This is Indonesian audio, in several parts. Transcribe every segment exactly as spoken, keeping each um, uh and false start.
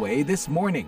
O A This Morning.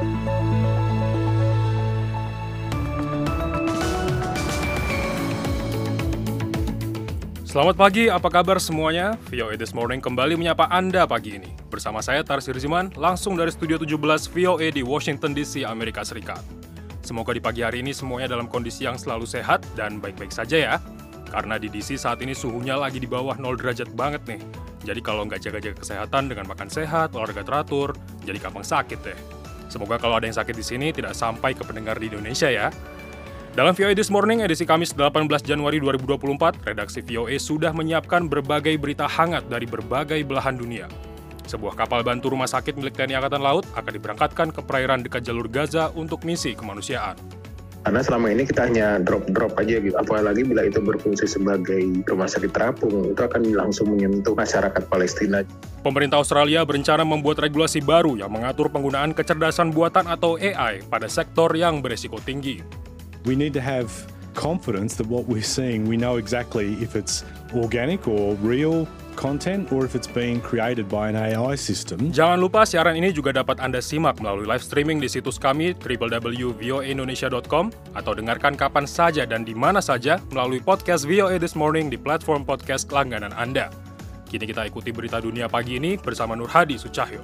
Selamat pagi, apa kabar semuanya? V O A This Morning kembali menyapa Anda pagi ini. Bersama saya Tarsir Ziman, langsung dari Studio tujuh belas V O A di Washington D C, Amerika Serikat. Semoga di pagi hari ini semuanya dalam kondisi yang selalu sehat dan baik-baik saja ya. Karena di D C saat ini suhunya lagi di bawah nol derajat banget nih. Jadi kalau nggak jaga-jaga kesehatan dengan makan sehat, olahraga teratur, jadi gampang sakit deh. Semoga kalau ada yang sakit di sini tidak sampai ke pendengar di Indonesia ya. Dalam V O A This Morning edisi Kamis delapan belas Januari dua ribu dua puluh empat, redaksi V O A sudah menyiapkan berbagai berita hangat dari berbagai belahan dunia. Sebuah kapal bantu rumah sakit milik T N I Angkatan Laut akan diberangkatkan ke perairan dekat jalur Gaza untuk misi kemanusiaan. Karena selama ini kita hanya drop-drop aja gitu, apalagi bila itu berfungsi sebagai rumah sakit terapung, itu akan langsung menyentuh masyarakat Palestina. Pemerintah Australia berencana membuat regulasi baru yang mengatur penggunaan kecerdasan buatan atau A I pada sektor yang beresiko tinggi. We need to have confidence that what we're seeing, we know exactly if it's organic or real content or if it's being created by an A I system. Jangan lupa siaran ini juga dapat Anda simak melalui live streaming di situs kami w w w titik v o a indonesia dot com atau dengarkan kapan saja dan di mana saja melalui podcast V O A This Morning di platform podcast langganan Anda. Kini kita ikuti berita dunia pagi ini bersama Nur Hadi Sucahyo.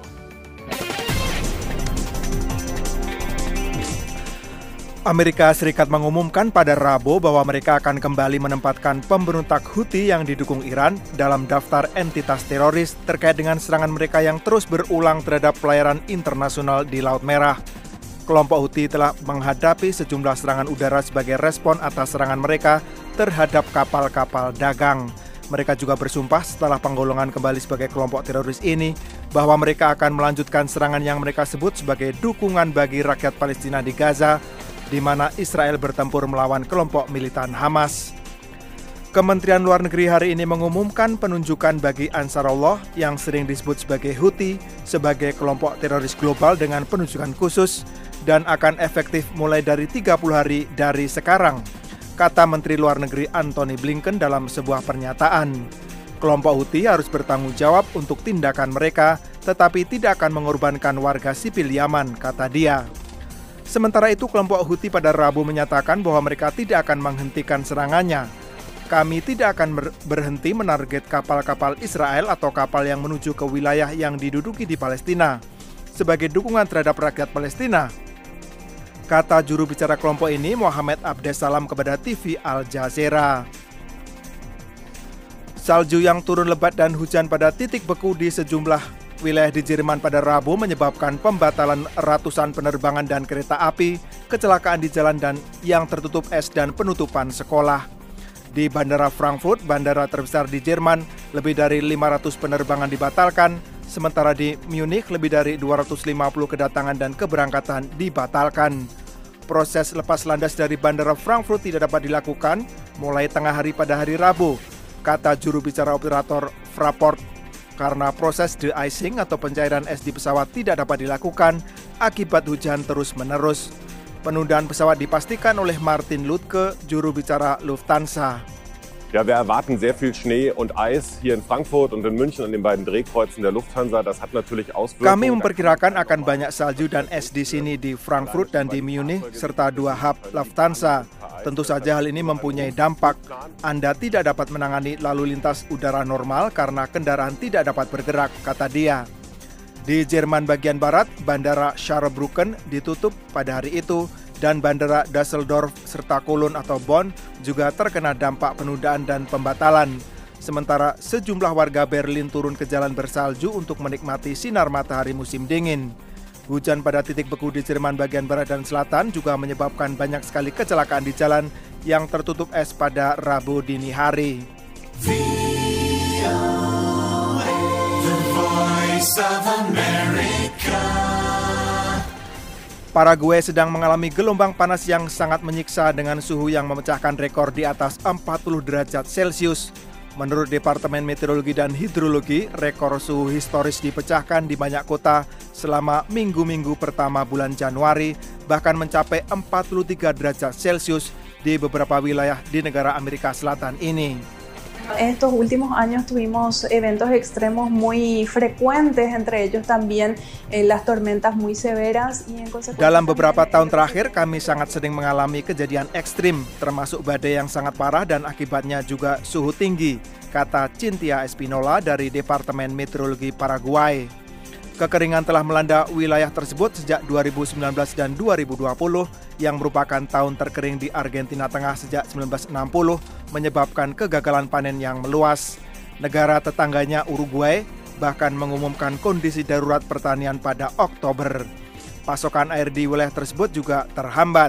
Amerika Serikat mengumumkan pada Rabu bahwa mereka akan kembali menempatkan pemberontak Houthi yang didukung Iran dalam daftar entitas teroris terkait dengan serangan mereka yang terus berulang terhadap pelayaran internasional di Laut Merah. Kelompok Houthi telah menghadapi sejumlah serangan udara sebagai respon atas serangan mereka terhadap kapal-kapal dagang. Mereka juga bersumpah setelah penggolongan kembali sebagai kelompok teroris ini bahwa mereka akan melanjutkan serangan yang mereka sebut sebagai dukungan bagi rakyat Palestina di Gaza, di mana Israel bertempur melawan kelompok militan Hamas. Kementerian Luar Negeri hari ini mengumumkan penunjukan bagi Ansarullah yang sering disebut sebagai Houthi sebagai kelompok teroris global dengan penunjukan khusus dan akan efektif mulai dari tiga puluh hari dari sekarang, kata Menteri Luar Negeri Antony Blinken dalam sebuah pernyataan. Kelompok Houthi harus bertanggung jawab untuk tindakan mereka, tetapi tidak akan mengorbankan warga sipil Yaman, kata dia. Sementara itu, kelompok Houthi pada Rabu menyatakan bahwa mereka tidak akan menghentikan serangannya. Kami tidak akan berhenti menarget kapal-kapal Israel atau kapal yang menuju ke wilayah yang diduduki di Palestina sebagai dukungan terhadap rakyat Palestina, kata juru bicara kelompok ini Mohammed Abdesalam kepada T V Al Jazeera. Salju yang turun lebat dan hujan pada titik beku di sejumlah wilayah di Jerman pada Rabu menyebabkan pembatalan ratusan penerbangan dan kereta api, kecelakaan di jalan dan yang tertutup es dan penutupan sekolah. Di Bandara Frankfurt, bandara terbesar di Jerman, lebih dari lima ratus penerbangan dibatalkan, sementara di Munich lebih dari dua ratus lima puluh kedatangan dan keberangkatan dibatalkan. Proses lepas landas dari Bandara Frankfurt tidak dapat dilakukan mulai tengah hari pada hari Rabu, kata juru bicara operator Fraport, karena proses de-icing atau pencairan es di pesawat tidak dapat dilakukan akibat hujan terus-menerus. Penundaan pesawat dipastikan oleh Martin Lutke, juru bicara Lufthansa. Ja, wir erwarten sehr viel Schnee und Eis hier in Frankfurt und in München an den beiden Drehkreuzen der Lufthansa. Das hat natürlich Auswirkungen. Kami memperkirakan akan banyak salju dan es di sini di Frankfurt dan di Munich serta dua hub Lufthansa. Tentu saja hal ini mempunyai dampak. Anda tidak dapat menangani lalu lintas udara normal karena kendaraan tidak dapat bergerak, kata dia. Di Jerman bagian barat, Bandara Saarbrücken ditutup pada hari itu dan Bandara Düsseldorf serta Cologne atau Bonn juga terkena dampak penundaan dan pembatalan. Sementara sejumlah warga Berlin turun ke jalan bersalju untuk menikmati sinar matahari musim dingin. Hujan pada titik beku di Jerman bagian barat dan selatan juga menyebabkan banyak sekali kecelakaan di jalan yang tertutup es pada Rabu dini hari. Paraguay sedang mengalami gelombang panas yang sangat menyiksa dengan suhu yang memecahkan rekor di atas empat puluh derajat Celcius. Menurut Departemen Meteorologi dan Hidrologi, rekor suhu historis dipecahkan di banyak kota selama minggu-minggu pertama bulan Januari, bahkan mencapai empat puluh tiga derajat Celcius di beberapa wilayah di negara Amerika Selatan ini. Estos últimos años tuvimos eventos extremos muy frecuentes, entre ellos también eh, las tormentas muy severas. Y en consecuencia, dalam beberapa tahun terakhir, kami sangat sering mengalami kejadian ekstrim, termasuk badai yang sangat parah dan akibatnya juga suhu tinggi, kata Cynthia Espinola dari Departemen Meteorologi Paraguay. Kekeringan telah melanda wilayah tersebut sejak dua ribu sembilan belas dan dua ribu dua puluh, yang merupakan tahun terkering di Argentina Tengah sejak seribu sembilan ratus enam puluh, menyebabkan kegagalan panen yang meluas. Negara tetangganya Uruguay bahkan mengumumkan kondisi darurat pertanian pada Oktober. Pasokan air di wilayah tersebut juga terhambat.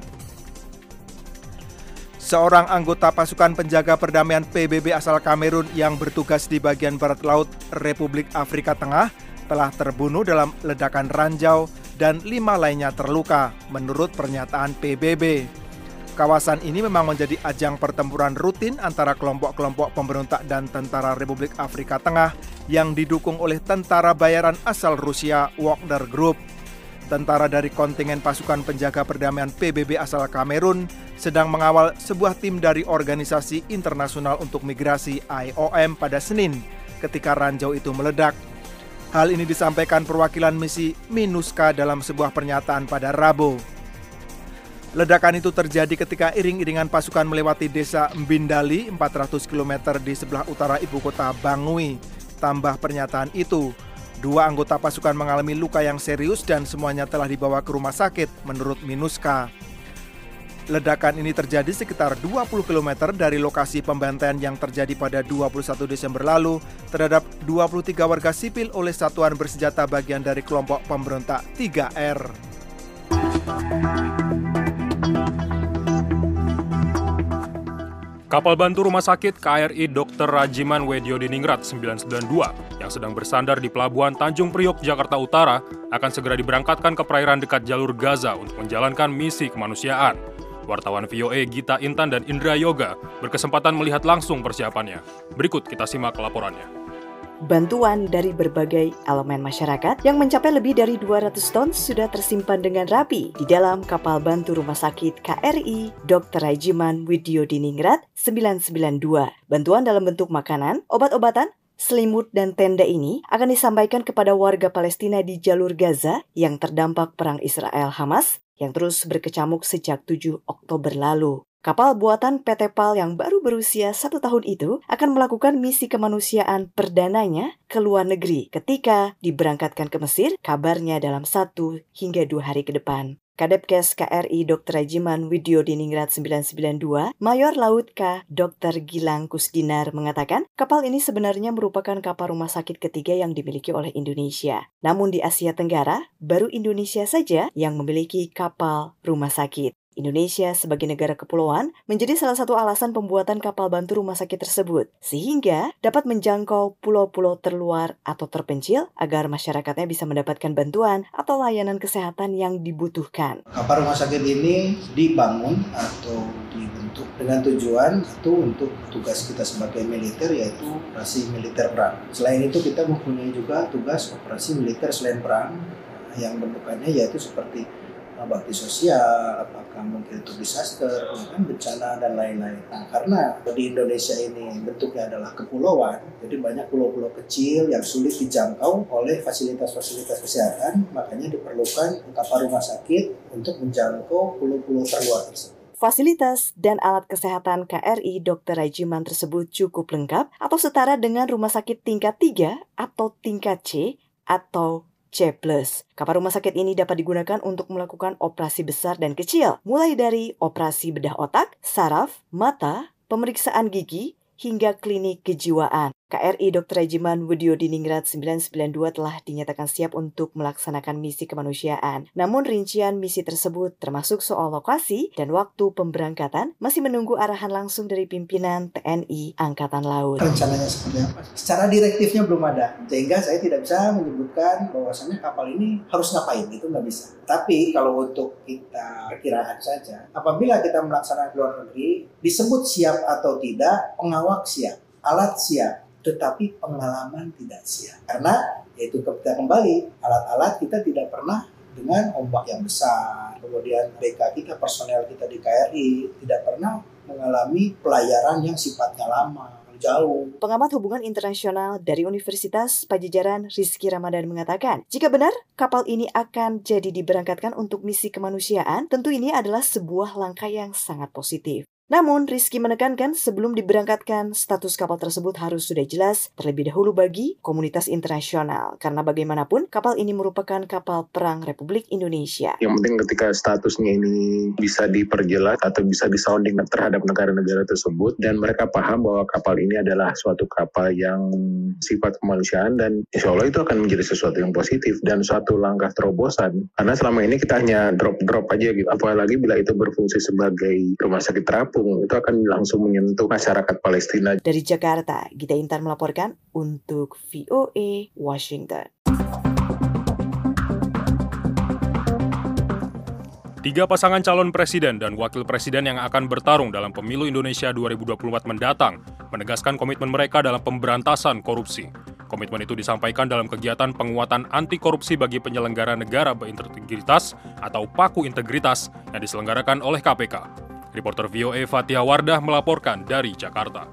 Seorang anggota pasukan penjaga perdamaian P B B asal Kamerun yang bertugas di bagian barat laut Republik Afrika Tengah telah terbunuh dalam ledakan ranjau dan lima lainnya terluka, menurut pernyataan P B B. Kawasan ini memang menjadi ajang pertempuran rutin antara kelompok-kelompok pemberontak dan tentara Republik Afrika Tengah yang didukung oleh tentara bayaran asal Rusia Wagner Group. Tentara dari kontingen pasukan penjaga perdamaian P B B asal Kamerun sedang mengawal sebuah tim dari Organisasi Internasional untuk Migrasi I O M pada Senin ketika ranjau itu meledak. Hal ini disampaikan perwakilan misi MINUSCA dalam sebuah pernyataan pada Rabu. Ledakan itu terjadi ketika iring-iringan pasukan melewati desa Mbindali empat ratus kilometer di sebelah utara ibu kota Bangui. Tambah pernyataan itu, dua anggota pasukan mengalami luka yang serius dan semuanya telah dibawa ke rumah sakit, menurut MINUSCA. Ledakan ini terjadi sekitar dua puluh kilometer dari lokasi pembantaian yang terjadi pada dua puluh satu Desember lalu terhadap dua puluh tiga warga sipil oleh satuan bersenjata bagian dari kelompok pemberontak tiga R. Kapal bantu rumah sakit K R I Dokter Rajiman Widyodiningrat sembilan sembilan dua yang sedang bersandar di Pelabuhan Tanjung Priok, Jakarta Utara akan segera diberangkatkan ke perairan dekat jalur Gaza untuk menjalankan misi kemanusiaan. Wartawan V O A Gita Intan dan Indra Yoga berkesempatan melihat langsung persiapannya. Berikut kita simak laporannya. Bantuan dari berbagai elemen masyarakat yang mencapai lebih dari dua ratus ton sudah tersimpan dengan rapi di dalam kapal bantu rumah sakit K R I Dokter Rajiman Widyodiningrat sembilan sembilan dua. Bantuan dalam bentuk makanan, obat-obatan, selimut, dan tenda ini akan disampaikan kepada warga Palestina di jalur Gaza yang terdampak perang Israel-Hamas yang terus berkecamuk sejak tujuh Oktober lalu. Kapal buatan P T PAL yang baru berusia satu tahun itu akan melakukan misi kemanusiaan perdananya ke luar negeri ketika diberangkatkan ke Mesir, kabarnya dalam satu hingga dua hari ke depan. Kadepkes K R I Dokter Rajiman Widyodiningrat sembilan sembilan dua, Mayor Laut K. Dokter Gilang Kusdinar mengatakan kapal ini sebenarnya merupakan kapal rumah sakit ketiga yang dimiliki oleh Indonesia. Namun di Asia Tenggara, baru Indonesia saja yang memiliki kapal rumah sakit. Indonesia sebagai negara kepulauan menjadi salah satu alasan pembuatan kapal bantu rumah sakit tersebut, sehingga dapat menjangkau pulau-pulau terluar atau terpencil agar masyarakatnya bisa mendapatkan bantuan atau layanan kesehatan yang dibutuhkan. Kapal rumah sakit ini dibangun atau dibentuk dengan tujuan itu untuk tugas kita sebagai militer, yaitu operasi militer perang. Selain itu kita mempunyai juga tugas operasi militer selain perang yang bentukannya yaitu seperti bakti sosial, apakah mungkin itu disaster, kan bencana dan lain-lain. Nah, karena di Indonesia ini bentuknya adalah kepulauan, jadi banyak pulau-pulau kecil yang sulit dijangkau oleh fasilitas-fasilitas kesehatan, makanya diperlukan kapal rumah sakit untuk menjangkau pulau-pulau terluar tersebut. Fasilitas dan alat kesehatan K R I Dokter Rajiman tersebut cukup lengkap atau setara dengan rumah sakit tingkat tiga atau tingkat C atau C plus. Kapal rumah sakit ini dapat digunakan untuk melakukan operasi besar dan kecil, mulai dari operasi bedah otak, saraf, mata, pemeriksaan gigi, hingga klinik kejiwaan. K R I Dokter Rajiman Widyodiningrat sembilan sembilan dua telah dinyatakan siap untuk melaksanakan misi kemanusiaan. Namun rincian misi tersebut termasuk soal lokasi dan waktu pemberangkatan masih menunggu arahan langsung dari pimpinan T N I Angkatan Laut. Rencananya seperti apa? Secara direktifnya belum ada, sehingga saya tidak bisa menyebutkan bahwasannya kapal ini harus ngapain, itu nggak bisa. Tapi kalau untuk kita perkiraan saja, apabila kita melaksanakan luar negeri, disebut siap atau tidak, pengawak siap, alat siap, tetapi pengalaman tidak siap. Karena yaitu kita kembali, alat-alat kita tidak pernah dengan ombak yang besar. Kemudian B K kita, personel kita di K R I tidak pernah mengalami pelayaran yang sifatnya lama. jauh. Pengamat hubungan internasional dari Universitas Pajajaran Rizky Ramadan mengatakan, jika benar kapal ini akan jadi diberangkatkan untuk misi kemanusiaan, tentu ini adalah sebuah langkah yang sangat positif. Namun, Rizky menekankan sebelum diberangkatkan, status kapal tersebut harus sudah jelas terlebih dahulu bagi komunitas internasional. Karena bagaimanapun, kapal ini merupakan kapal perang Republik Indonesia. Yang penting ketika statusnya ini bisa diperjelas atau bisa disounding terhadap negara-negara tersebut, dan mereka paham bahwa kapal ini adalah suatu kapal yang sifat kemanusiaan, dan insya Allah itu akan menjadi sesuatu yang positif dan suatu langkah terobosan. Karena selama ini kita hanya drop-drop aja gitu. Apalagi bila itu berfungsi sebagai rumah sakit terapung, itu akan langsung menyentuh masyarakat Palestina. Dari Jakarta, Gita Intan melaporkan untuk V O A Washington. Tiga pasangan calon presiden dan wakil presiden yang akan bertarung dalam pemilu Indonesia dua ribu dua puluh empat mendatang menegaskan komitmen mereka dalam pemberantasan korupsi. Komitmen itu disampaikan dalam kegiatan penguatan anti korupsi bagi penyelenggara negara berintegritas atau Paku Integritas yang diselenggarakan oleh K P K. Reporter V O A Fatia Wardah melaporkan dari Jakarta.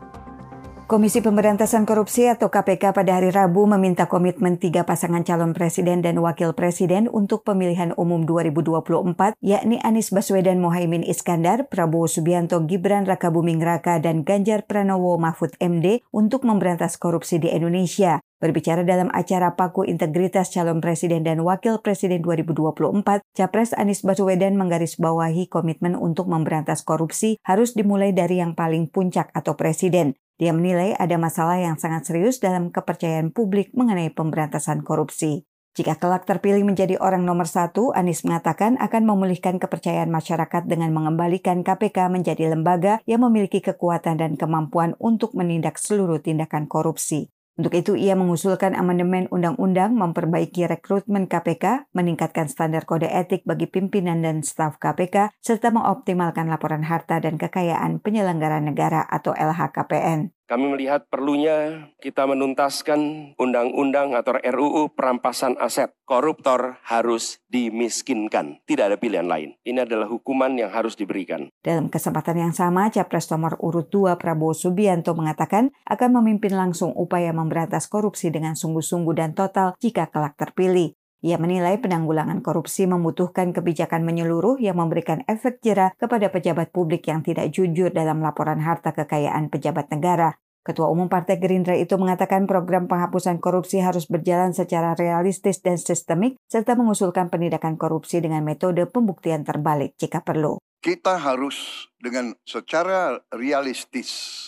Komisi Pemberantasan Korupsi atau K P K pada hari Rabu meminta komitmen tiga pasangan calon presiden dan wakil presiden untuk pemilihan umum dua ribu dua puluh empat, yakni Anies Baswedan Mohaimin Iskandar, Prabowo Subianto Gibran Rakabuming Raka, dan Ganjar Pranowo Mahfud M D untuk memberantas korupsi di Indonesia. Berbicara dalam acara Paku Integritas Calon Presiden dan Wakil Presiden dua ribu dua puluh empat, Capres Anies Baswedan menggarisbawahi komitmen untuk memberantas korupsi harus dimulai dari yang paling puncak atau presiden. Dia menilai ada masalah yang sangat serius dalam kepercayaan publik mengenai pemberantasan korupsi. Jika kelak terpilih menjadi orang nomor satu, Anies mengatakan akan memulihkan kepercayaan masyarakat dengan mengembalikan K P K menjadi lembaga yang memiliki kekuatan dan kemampuan untuk menindak seluruh tindakan korupsi. Untuk itu, ia mengusulkan amandemen undang-undang memperbaiki rekrutmen K P K, meningkatkan standar kode etik bagi pimpinan dan staf K P K, serta mengoptimalkan laporan harta dan kekayaan penyelenggara negara atau L H K P N. Kami melihat perlunya kita menuntaskan undang-undang atau R U U perampasan aset. Koruptor harus dimiskinkan. Tidak ada pilihan lain. Ini adalah hukuman yang harus diberikan. Dalam kesempatan yang sama, Capres nomor urut dua Prabowo Subianto mengatakan akan memimpin langsung upaya memberantas korupsi dengan sungguh-sungguh dan total jika kelak terpilih. Ia menilai penanggulangan korupsi membutuhkan kebijakan menyeluruh yang memberikan efek jera kepada pejabat publik yang tidak jujur dalam laporan harta kekayaan pejabat negara. Ketua Umum Partai Gerindra itu mengatakan program penghapusan korupsi harus berjalan secara realistis dan sistemik, serta mengusulkan penindakan korupsi dengan metode pembuktian terbalik jika perlu. Kita harus dengan secara realistis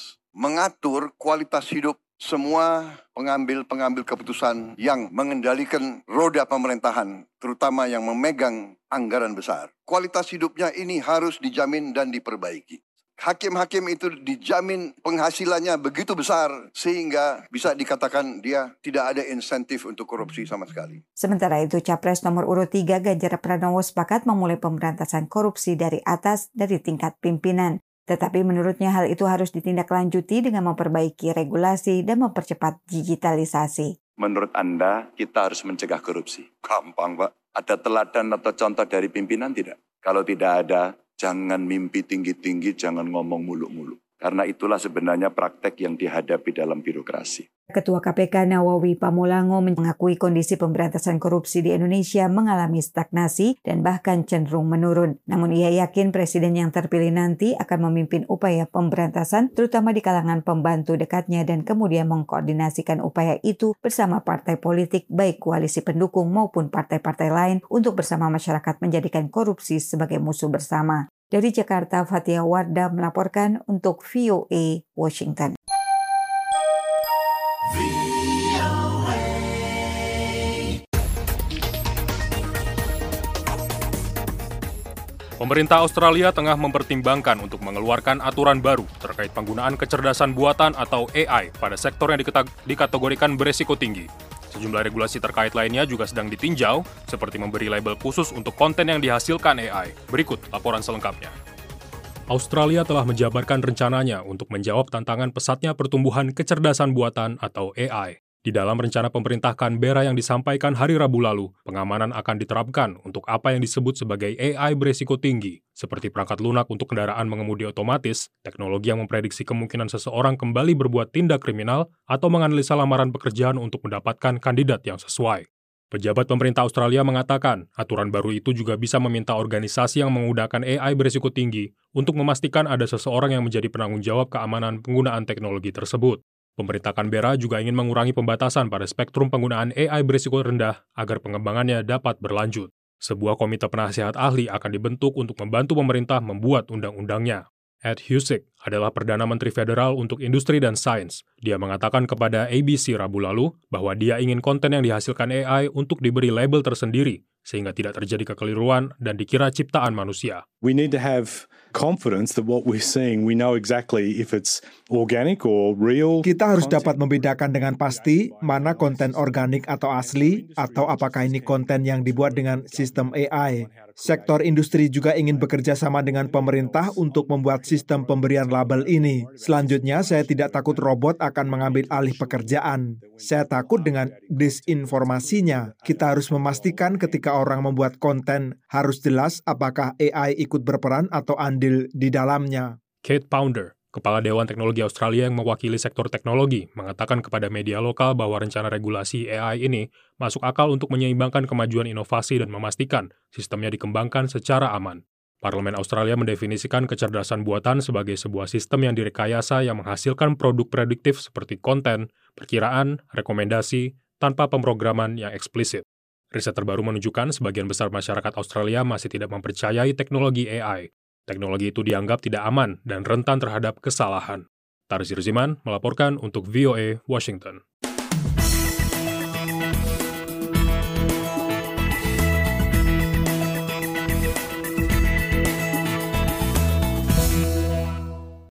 mengatur kualitas hidup semua pengambil-pengambil keputusan yang mengendalikan roda pemerintahan, terutama yang memegang anggaran besar. Kualitas hidupnya ini harus dijamin dan diperbaiki. Hakim-hakim itu dijamin penghasilannya begitu besar sehingga bisa dikatakan dia tidak ada insentif untuk korupsi sama sekali. Sementara itu, Capres nomor urut tiga Ganjar Pranowo sepakat memulai pemberantasan korupsi dari atas dari tingkat pimpinan. Tetapi menurutnya hal itu harus ditindaklanjuti dengan memperbaiki regulasi dan mempercepat digitalisasi. Menurut Anda, kita harus mencegah korupsi? Gampang, Pak. Ada teladan atau contoh dari pimpinan tidak? Kalau tidak ada, jangan mimpi tinggi-tinggi, jangan ngomong muluk-muluk. Karena itulah sebenarnya praktek yang dihadapi dalam birokrasi. Ketua K P K Nawawi Pamulango mengakui kondisi pemberantasan korupsi di Indonesia mengalami stagnasi dan bahkan cenderung menurun. Namun ia yakin presiden yang terpilih nanti akan memimpin upaya pemberantasan terutama di kalangan pembantu dekatnya dan kemudian mengkoordinasikan upaya itu bersama partai politik baik koalisi pendukung maupun partai-partai lain untuk bersama masyarakat menjadikan korupsi sebagai musuh bersama. Dari Jakarta, Fatia Wardah melaporkan untuk V O A Washington. Pemerintah Australia tengah mempertimbangkan untuk mengeluarkan aturan baru terkait penggunaan kecerdasan buatan atau A I pada sektor yang dikategorikan beresiko tinggi. Sejumlah regulasi terkait lainnya juga sedang ditinjau, seperti memberi label khusus untuk konten yang dihasilkan A I. Berikut laporan selengkapnya. Australia telah menjabarkan rencananya untuk menjawab tantangan pesatnya pertumbuhan kecerdasan buatan atau A I. Di dalam rencana pemerintah Canberra yang disampaikan hari Rabu lalu, pengamanan akan diterapkan untuk apa yang disebut sebagai A I beresiko tinggi, seperti perangkat lunak untuk kendaraan mengemudi otomatis, teknologi yang memprediksi kemungkinan seseorang kembali berbuat tindak kriminal, atau menganalisa lamaran pekerjaan untuk mendapatkan kandidat yang sesuai. Pejabat pemerintah Australia mengatakan, aturan baru itu juga bisa meminta organisasi yang menggunakan A I beresiko tinggi untuk memastikan ada seseorang yang menjadi penanggung jawab keamanan penggunaan teknologi tersebut. Pemerintah Canberra juga ingin mengurangi pembatasan pada spektrum penggunaan A I berisiko rendah agar pengembangannya dapat berlanjut. Sebuah komite penasihat ahli akan dibentuk untuk membantu pemerintah membuat undang-undangnya. Ed Husick adalah Perdana Menteri Federal untuk Industri dan Sains. Dia mengatakan kepada A B C Rabu lalu bahwa dia ingin konten yang dihasilkan A I untuk diberi label tersendiri, sehingga tidak terjadi kekeliruan dan dikira ciptaan manusia. We need to have confidence that what we're seeing, we know exactly if it's organic or real. Kita harus dapat membedakan dengan pasti mana konten organik atau asli, atau apakah ini konten yang dibuat dengan sistem A I. Sektor industri juga ingin bekerja sama dengan pemerintah untuk membuat sistem pemberian label ini. Selanjutnya, saya tidak takut robot akan mengambil alih pekerjaan. Saya takut dengan disinformasinya. Kita harus memastikan ketika orang membuat konten, harus jelas apakah A I ikut berperan atau andil di dalamnya. Kate Pounder, Kepala Dewan Teknologi Australia yang mewakili sektor teknologi, mengatakan kepada media lokal bahwa rencana regulasi A I ini masuk akal untuk menyeimbangkan kemajuan inovasi dan memastikan sistemnya dikembangkan secara aman. Parlemen Australia mendefinisikan kecerdasan buatan sebagai sebuah sistem yang direkayasa yang menghasilkan produk prediktif seperti konten, perkiraan, rekomendasi, tanpa pemrograman yang eksplisit. Riset terbaru menunjukkan sebagian besar masyarakat Australia masih tidak mempercayai teknologi A I. Teknologi itu dianggap tidak aman dan rentan terhadap kesalahan. Tarsir Ziman melaporkan untuk V O A Washington.